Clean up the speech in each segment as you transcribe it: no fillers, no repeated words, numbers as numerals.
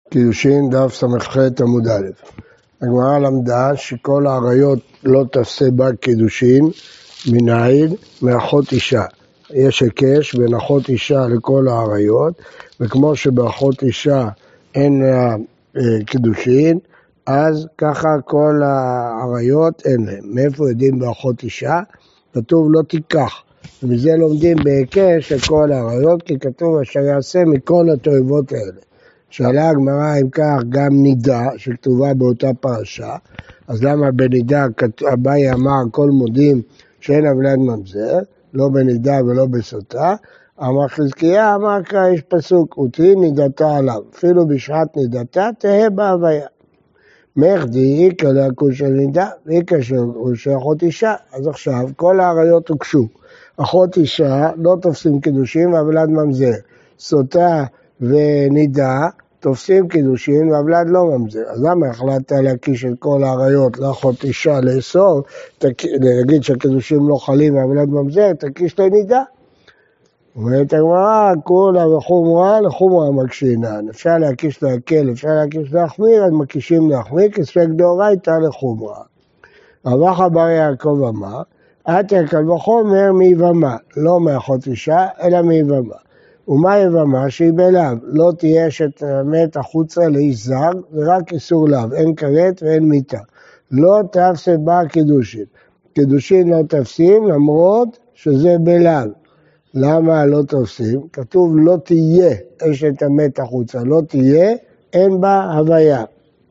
קידושין דף ס"ח עמוד א'. הגמרא למדה שכל העריות לא תעשה בה קידושין מנין? מאחות אישה. יש היקש בין אחות אישה לכל העריות, וכמו שבאחות אישה אין קידושין, אז ככה כל העריות אין להם. מאיפה יודעים באחות אישה? כתוב לא תיקח. ומזה לומדים בהיקש לכל העריות, כי כתוב אשר יעשה מכל התועבות האלה. שאלה הגמרא אם כך גם נידה שכתובה באותה פרשה, אז למה בנידה אביי אמר כל מודים שאין עוולת ממזר, לא בנידה ולא בסוטה? אמר חזקיה אמר כך יש פסוק ותהי נידתה עליו, אפילו בשעת נידתה תהא בהוויה. מחדי איקה להכוש של נידה ואיקה של אחות אישה. אז עכשיו כל העריות הוקשו, אחות אישה לא תופסים קידושים ועוולת ממזר, סוטה ונידה תופסים קידושין ועוולת לא ממזר. אז למה החלטת להקיש את כל העריות לאחות אישה לאסור, להגיד שהקידושים לא חלים ועוולת ממזר, תקיש לנידה. אומרת הגמרא, כולה וחומרה לחומרה מקשינן. אפשר להקיש להקל, אפשר להקיש להחמיר, אז מקישים להחמיר, כספק דאורייתא לחומרה. רבח בר יעקב אמר, את יקל וחומר מיבמה, לא מאחות אישה, אלא מיבמה. ומה יבמה? שהיא בלאו, לא תהיה שתמת החוצה לאיש זר, ורק איסור לאו, אין כרת ואין מיתה. לא תפסה בה קידושין. קידושין לא תפסים, למרות שזה בלאו. למה לא תופסים? כתוב לא תהיה אשת המת החוצה, לא תהיה, אין בה הוויה.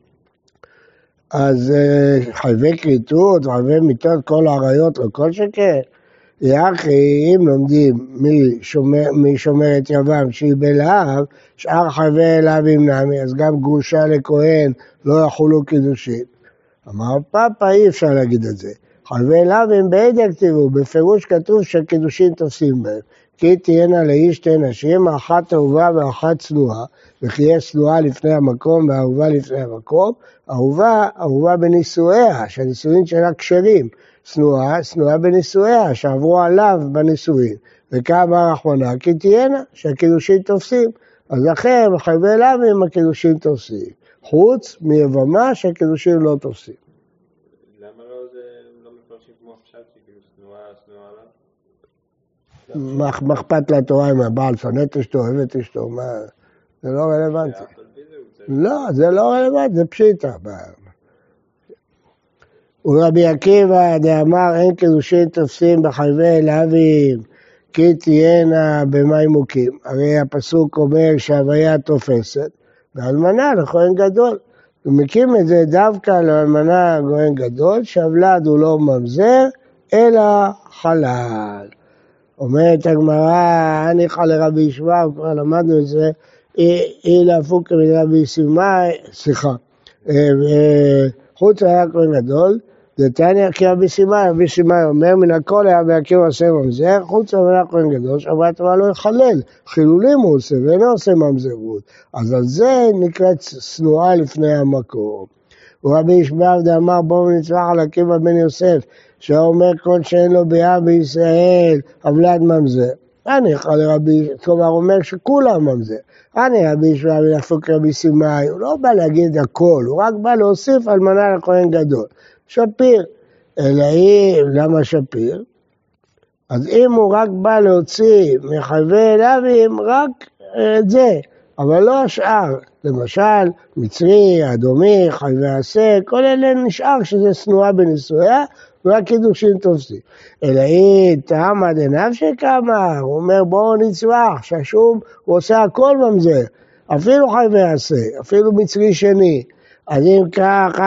אז חייבי כריתות, חייבי מיתות, כל העריות, לא כל שכן. יחי, אם לומדים מי שומר את יבם שהיא בלאו, שאר חייבי אליו נמי, אז גם גרושה לכהן לא יחולו קידושין. אמר פאפה, אי אפשר להגיד את זה. חייבי אליו הם בעד כתבו, בפירוש כתוב שהקידושין תופסים בהם. כי תהיינה לאיש שתי נשים, אחת אהובה ואחת צנועה, וכי יש צנועה לפני המקום ואהובה לפני המקום, אהובה בנישואיה, שהנישואין שלה כשרים, צנועה בנישואיה, שעברו עליו בנישואין, וכמה רחמנה, כי תהיינה שהקידושין תופסים, אז לכן חייבי אליו הם הקידושין תופסים, חוץ מיבמה שהקידושין לא תופסים. מה אכפת לתורה אם הבעל שונא את אשתו, אוהב את אשתו, מה? זה לא רלוונטי. לא, זה לא רלוונטי, זה פשיטה. ורבי עקיבא דאמר אין קידושין תופסים בחייבי אליהם, כי תהיינה במים מוקים. הרי הפסוק אומר שההוויה תופסת, ואלמנה לכהן גדול. ומקים את זה דווקא לאלמנה כהן גדול, שהוולד הוא לא ממזר, אלא חלל. אומרת הגמרא, הניחא לרבי ישמעאל, כבר למדנו את זה, היא להפוק מרבי סימאי, חוץ היה כהן גדול, דתניא כי רבי סימאי אומר, מן הכל היה בעקיבא עושה ממזר, חוץ היה כהן גדול, שאמרה התורה לא יחלל, חילולים הוא עושה, ואינו עושה ממזרות. אז על זה נקראת שנואה לפני המקום. ורבי ישמעאל דאמר, בואו נצלח על עקיבא בן יוסף, שאומר כל שאין לו ביאה בישראל, עוולת ממזר. אני יכול לרבי, כלומר אומר שכולם ממזר. אני רבי ישמעאל להפוק רבי סימאי, הוא לא בא להגיד הכל, הוא רק בא להוסיף אלמנה לכהן גדול. שפיר, אלא למה שפיר? אז אם הוא רק בא להוציא מחייבי אליהם, רק את זה, אבל לא השאר. למשל, מצרי, אדומי, חייבי עשה, כל אלה נשאר שזה שנואה בנישואיה, ורק קידושין תופסים. אלא תמה דנפשי כמה, הוא אומר בואו נצווח, שהשום הוא עושה הכל ממזר, אפילו חייבי עשה, אפילו מצרי שני. אז אם כך,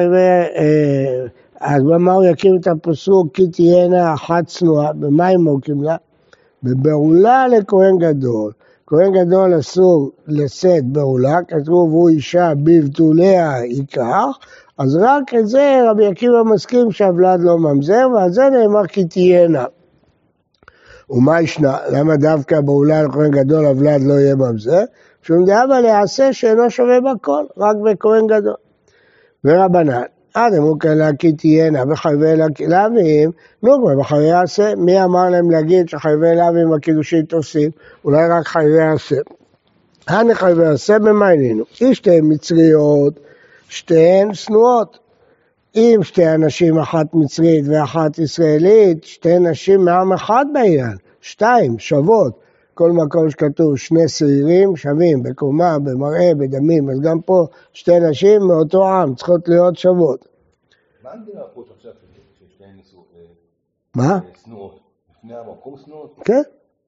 אז במה הוא יקים את הפסוק, כי תהיינה אחת צנועה, במה הם מוקים לה? בבעולה לכהן גדול. כהן גדול אסור לשאת בעולה, כתוב הוא אישה בבתוליה ייקח, אז רק את זה רבי עקיבא מסכים שהוולד לא ממזר, ועל זה נאמר כי תהיינה. ומה ישנה? למה דווקא בעולה לכהן גדול הוולד לא יהיה ממזר? שום דאבה להיעשה שאינו שווה בכל, רק בכהן גדול. ורבנן, אמרו כאלה כי תהיינה בחייבי אליהם, נו כבר בחייבי עשה, מי אמר להם להגיד שחייבי אליהם הקידושין תופסים? אולי רק חייבי עשה. הנחי ועשה במה עינינו? אם שתיהן מצריות, שתיהן שנואות. אם שתי אנשים, אחת מצרית ואחת ישראלית, שתי נשים מעם אחד בעניין, שתיים שוות. כל מקום שכתוב שני שעירים שווים, בקומה, במראה, בדמים, אז גם פה שתי נשים מאותו עם צריכות להיות שוות. מה המדינה פה עכשיו ששתיהן מה? שנואות? לפני המקום שנואות? כן.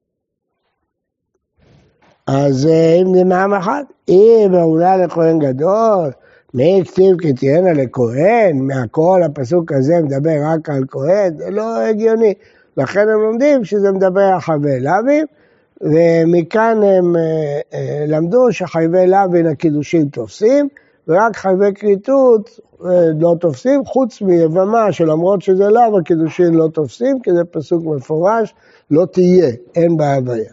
אז אם זה מעם אחד, אם מעולה לכהן גדול, מי כתיב כי תהיינה לכהן, מהכל הפסוק הזה מדבר רק על כהן, זה לא הגיוני. לכן הם לומדים שזה מדבר על חייבי לווים, ומכאן הם למדו שחייבי לווין הקידושים תופסים, ורק חייבי כריתות לא תופסים, חוץ מיבמה שלמרות שזה לאו, הקידושים לא תופסים, כי זה פסוק מפורש, לא תהיה, אין בהוויה.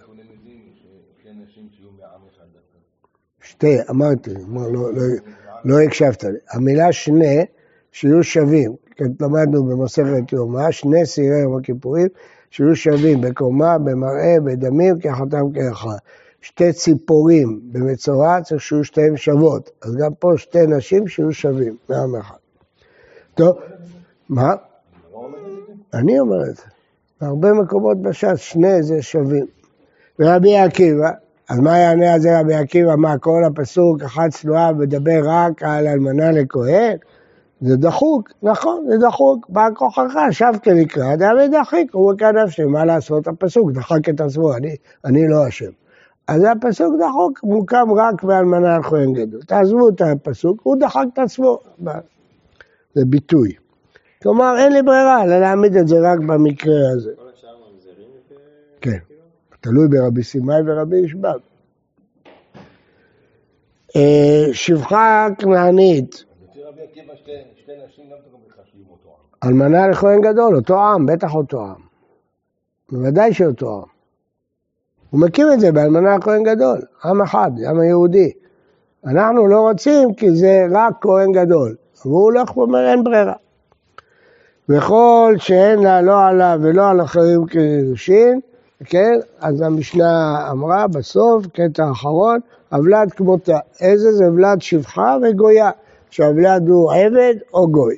שתי, אמרתי, לא הקשבת לי. המילה שני, שיהיו שווים, כי למדנו במסכת יומא, שני שעירי יום הכיפורים, שיהיו שווים בקומה, במראה, בדמים, כאחתם כאחד. שתי ציפורים במצורע, צריך שיהיו שתיהן שוות. אז גם פה שתי נשים שיהיו שווים, מעם אחד. טוב, מה? אני אומר את זה. בהרבה מקומות בש"ס, שני זה שווים. ורבי עקיבא, אז מה יענה על זה רבי עקיבא? מה, כל הפסוק, אחת צנועה מדבר רק על אלמנה לכהן? זה דחוק, נכון, זה דחוק. בא כוחך, שב כנקרא, דאבי דחיק, הוא וכאן נפשי, מה לעשות? הפסוק דחק את עצמו, אני לא אשם. אז הפסוק דחוק, מוקם רק באלמנה לכהן גדול. תעזבו את הפסוק, הוא דחק את עצמו. זה ביטוי. כלומר, אין לי ברירה, להעמיד את זה רק במקרה הזה. כל השאר ממזרים? כן. תלוי ברבי סימאי ורבי ישבב. שפחה כנענית. לפי רבי עקיבא שתי נשים גם תקום לחשבים אותו עם. אלמנה לכהן גדול, אותו עם, בטח אותו עם. בוודאי שאותו עם. הוא מקים את זה באלמנה לכהן גדול, עם אחד, עם היהודי. אנחנו לא רוצים כי זה רק כהן גדול. והוא לא אומר אין ברירה. וכל שאין לה לא עליו ולא על אחרים קידושין, כן? אז המשנה אמרה בסוף, קטע האחרון, אבלד כמותה. איזה זה אבלד שפחה וגויה, שאבלד הוא עבד או גוי.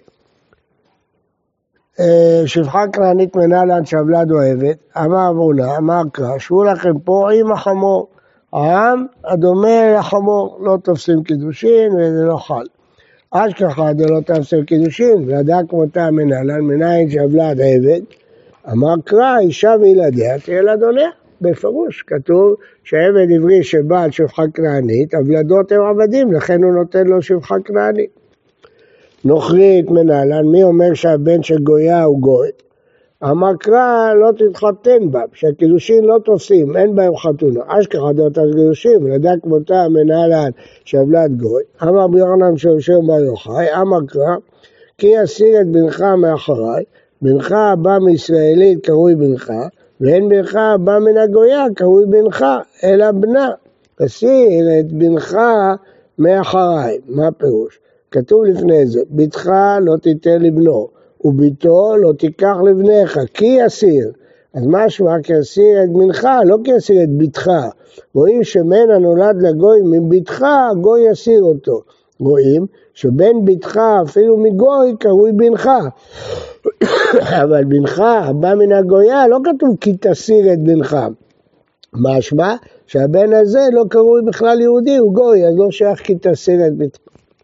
שפחה כנענית מנהלן שאבלד הוא עבד, אמר אברונה, אמר קרא, שבו לכם פה עם החמור. העם הדומה לחמור, לא תופסים קידושין וזה לא חל. אשכחה דלא תפסים קידושין, ולדה כמותה מנהלן, מנהלן שאבלד עבד, אמר קרא, אישה וילדיה תהיה לדוניה. בפירוש כתוב שעבד עברי שבא על שפחה כנענית, אבלדות הם עבדים, לכן הוא נותן לו שפחה כנענית. נוכרית מנהלן, מי אומר שהבן של גויה הוא גוי? אמר קרא, לא תתחתן בה, שהקידושין לא תופסים, אין בהם חתונה. אשכחה דעות על קידושין, ולדע כמותה מנהלן שאבלד גוי. אמר ביוחנן שיושב בר יוחאי, אמר קרא, כי יסיר את בנך מאחריי, בנך הבא מישראלית קרוי בנך, ואין בנך הבא מן הגויה קרוי בנך, אלא בנה. יסיר את בנך מאחריי. מה הפירוש? כתוב לפני זה, ביתך לא תיתן לבנו, וביתו לא תיקח לבניך, כי יסיר. אז משמע כי יסיר את בנך, לא כי יסיר את ביתך. רואים שמן הנולד לגוי מביתך, הגוי יסיר אותו. רואים שבן ביתך אפילו מגוי קרוי בנך. אבל בנך הבא מן הגויה לא כתוב כי תסיר את בנך. משמע שהבן הזה לא קרוי בכלל יהודי, הוא גוי, אז לא שייך כי תסיר את ביתך.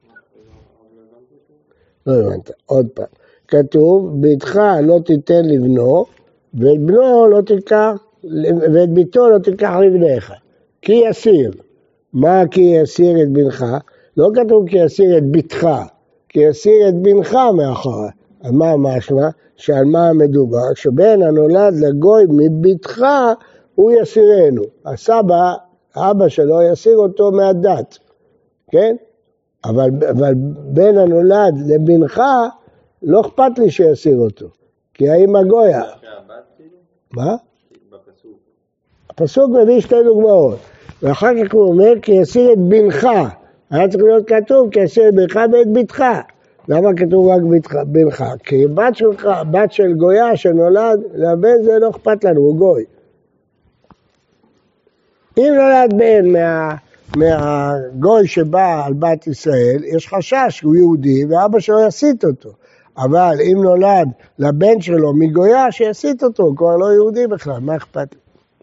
לא הבנת, עוד פעם. כתוב, ביתך לא תיתן לבנו, ואת בנו לא תיקח, ואת ביתו לא תיקח לבניך. כי יסיר. מה כי יסיר את בנך? לא כתוב כי יסיר את ביתך, כי יסיר את בנך מאחורי. אז מה משמע? שעל מה מדובר? שבן הנולד לגוי מביתך, הוא יסירנו. הסבא, האבא שלו, יסיר אותו מהדת. כן? אבל בן הנולד לבנך, לא אכפת לי שיסיר אותו. כי האמא גויה. מה? בפסוק. הפסוק מביא שתי דוגמאות. ואחר כך הוא אומר כי יסיר את בנך. היה צריך להיות כתוב כי יסיר את בנך ואת ביתך. למה כתוב רק בנך? כי בת שלך, בת של גויה שנולד, לבן זה לא אכפת לנו, הוא גוי. אם נולד בן מהגוי שבא על בת ישראל, יש חשש שהוא יהודי ואבא שלו יסית אותו. אבל אם נולד לבן שלו מגויה, שיסית אותו, הוא כבר לא יהודי בכלל, מה אכפת?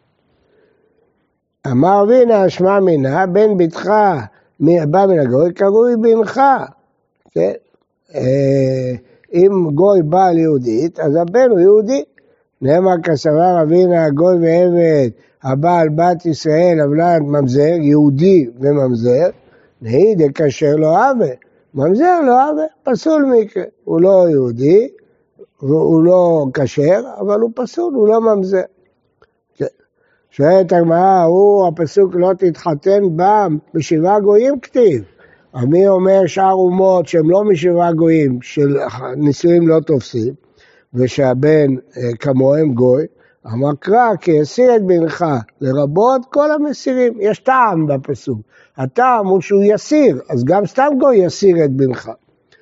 אמר אבינה, שמע מינה, בן ביתך בא מן הגוי, קרוי בנך. כן? אם גוי בא על יהודית, אז הבן הוא יהודי. נאמר כסבר אבינה, הגוי ועבד, הבעל בת ישראל, הבלת ממזר, יהודי וממזר, נהי דקשר לא אבה. ממזר לא אבה, פסול מקרה. הוא לא יהודי, הוא לא כשר, אבל הוא פסול, הוא לא ממזר. שואלת הגמרא, הוא הפסוק לא תתחתן בם, בשבעה גויים כתיב. מי אומר שאר אומות שהם לא משבעה גויים, של נישואים לא תופסים, ושהבן כמוהם גוי, אמר קרא כי יסיר את בנך, לרבות כל המסירים. יש טעם בפסוק. הטעם הוא שהוא יסיר, אז גם סתם גוי יסיר את בנך.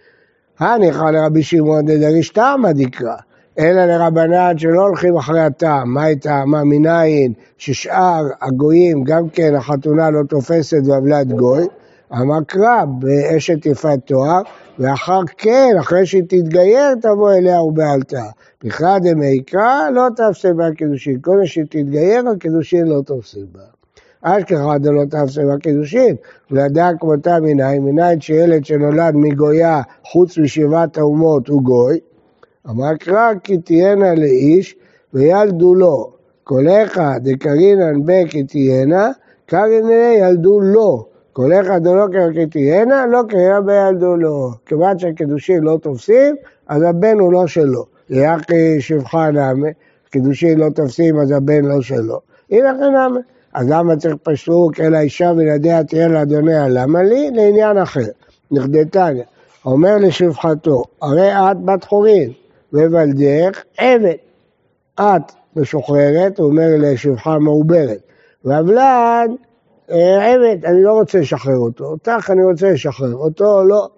הניחא לרבי שמעון דדריש טעמא דקרא. אלא לרבנן שלא הולכים אחרי הטעם. מה הייתה? מה מניין ששאר הגויים, גם כן החתונה לא תופסת והבלת גוי. אמר קרא באשת יפת תואר, ואחר כן, אחרי שהיא תתגייר, תבוא אליה ובעלתה. בכלל דמי קרא, לא תפסה בה קידושין. קודם שהיא תתגייר, הקידושין לא תופסים בה. אשכרה דלא תפסה בה קידושין, ולדע כמותה מניין שילד שנולד מגויה, חוץ משבעת האומות, הוא גוי. אמר קרא כי תהיינה לאיש וילדו לו. קולך דקרינן כי תהיינה, קרינן ילדו לו. קולך דלא כי תהיינה, לא קרינן בילדו לו. כיוון שהקידושין לא תופסים, אז הבן הוא לא שלו. יחי שבחה נאמה, קידושין לא תופסים, אז הבן לא שלו. הנה כן נאמה. אז למה צריך פסוק, אלא אישה וילדיה תהיה לאדוניה? למה לי? לעניין אחר. נכדתניה. אומר לשבחתו, הרי את בת חורין, ובלדך עבד. את משוחררת, הוא אומר לשבחה מעוברת. והבלד עבד, אני לא רוצה לשחרר אותו. אותך אני רוצה לשחרר, אותו לא.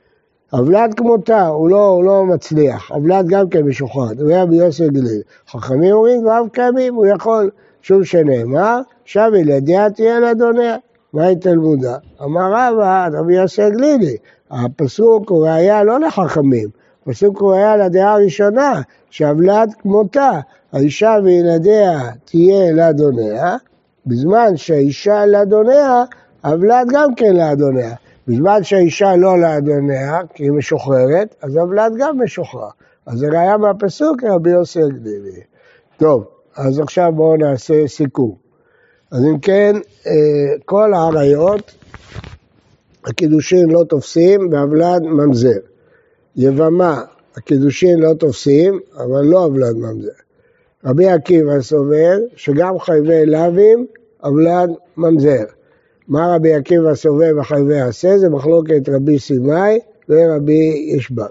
הבלד כמותה, הוא לא מצליח. הבלד גם כן משוחררת. הוא היה ביוסף גליל. חכמים אומרים, ואב קיימים, הוא יכול, שום שנאמר, שב ילדיה תהיה לאדוניה. מהי תלמודה? אמר רבא, רבי יוסף גלילי. הפסוק הוא ראיה לא לחכמים, הפסוק הוא ראיה לדעה הראשונה, שהבלד כמותה, האישה וילדיה תהיה לאדוניה, בזמן שהאישה לאדוניה, הבלד גם כן לאדוניה. בזמן שהאישה לא לאדוניה, כי היא משוחררת, אז הבלד גם משוחרר. אז זה ראיה מהפסוק, רבי יוסף גלילי. טוב, אז עכשיו בואו נעשה סיכום. אז אם כן, כל העריות, הקידושין לא תופסים, והבלד ממזר. יבמה, הקידושין לא תופסים, אבל לא הבלד ממזר. רבי עקיבא סובר שגם חייבי לווים, הבלד ממזר. מה רבי עקיבא סובר וחייבי עשה? זה מחלוקת רבי סימאי ורבי ישבב.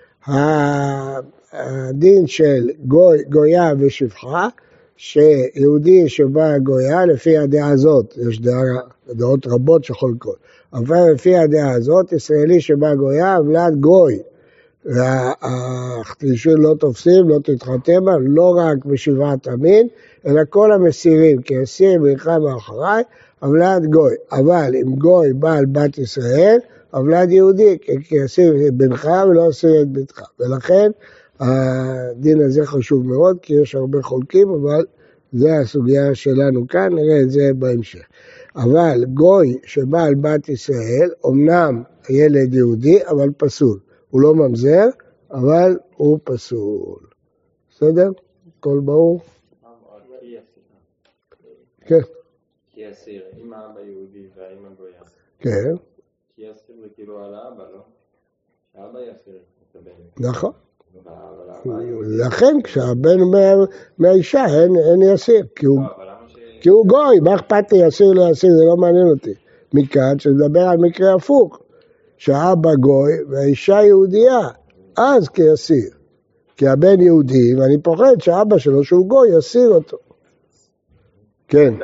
הדין של גויה ושפחה, שיהודי שבא גויה, לפי הדעה הזאת, יש דעות רבות שחולקות, אבל לפי הדעה הזאת, ישראלי שבא גויה, הבלד גוי, והחידושין לא תופסים, לא תתחתן בה, לא רק בשבעת המין, אלא כל המסירים, כי אסיר בנך מאחריי, הבלד גוי. אבל אם גוי בא על בת ישראל, הבלד יהודי, כי אסיר בנך ולא אסיר את ביתך. ולכן הדין הזה חשוב מאוד, כי יש הרבה חולקים, אבל זה הסוגיה שלנו כאן, נראה את זה בהמשך. אבל גוי שבא על בת ישראל, אמנם ילד יהודי, אבל פסול. הוא לא ממזר, אבל הוא פסול. בסדר? הכל ברור? כן. כי אסיר, אם האבא יהודי והאמא גויה. כן. כי אסיר זה כאילו על האבא, לא? שהאבא יסיר את הבן. נכון. לכן כשהבן מהאישה אין יסיר, כי הוא גוי, מה אכפת לי יסיר לא יסיר, זה לא מעניין אותי. מכאן שמדבר על מקרה הפוך, שהאבא גוי והאישה יהודייה, אז כיסיר. כי הבן יהודי, ואני פוחד שהאבא שלו שהוא גוי יסיר אותו. כן.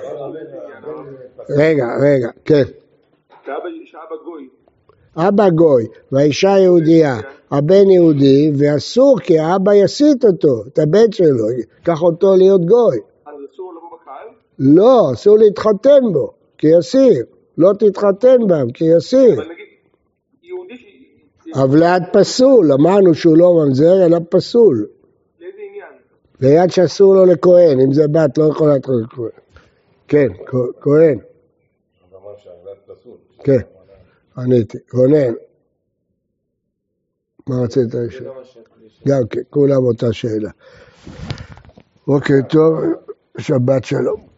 רגע, כן. שאבא גוי. אבא גוי והאישה יהודייה, הבן יהודי, ואסור כי האבא יסית אותו, את הבן שלו, קח אותו להיות גוי. אז אסור לבוא בקהל? לא, אסור להתחתן בו, כי יסיר. לא תתחתן בהם, כי יסיר. אבל נגיד, יהודי אבל ליד פסול, אמרנו שהוא לא ממזר, אלא פסול. לאיזה עניין? ליד שאסור לו לכהן, אם זה בת, לא יכול להתחיל לכהן. כן, כהן. הוא אמר שהעלת פסול. כן, עניתי. רונן. מה רצית לשאול? גם כן, כולם אותה שאלה. אוקיי, טוב, שבת שלום.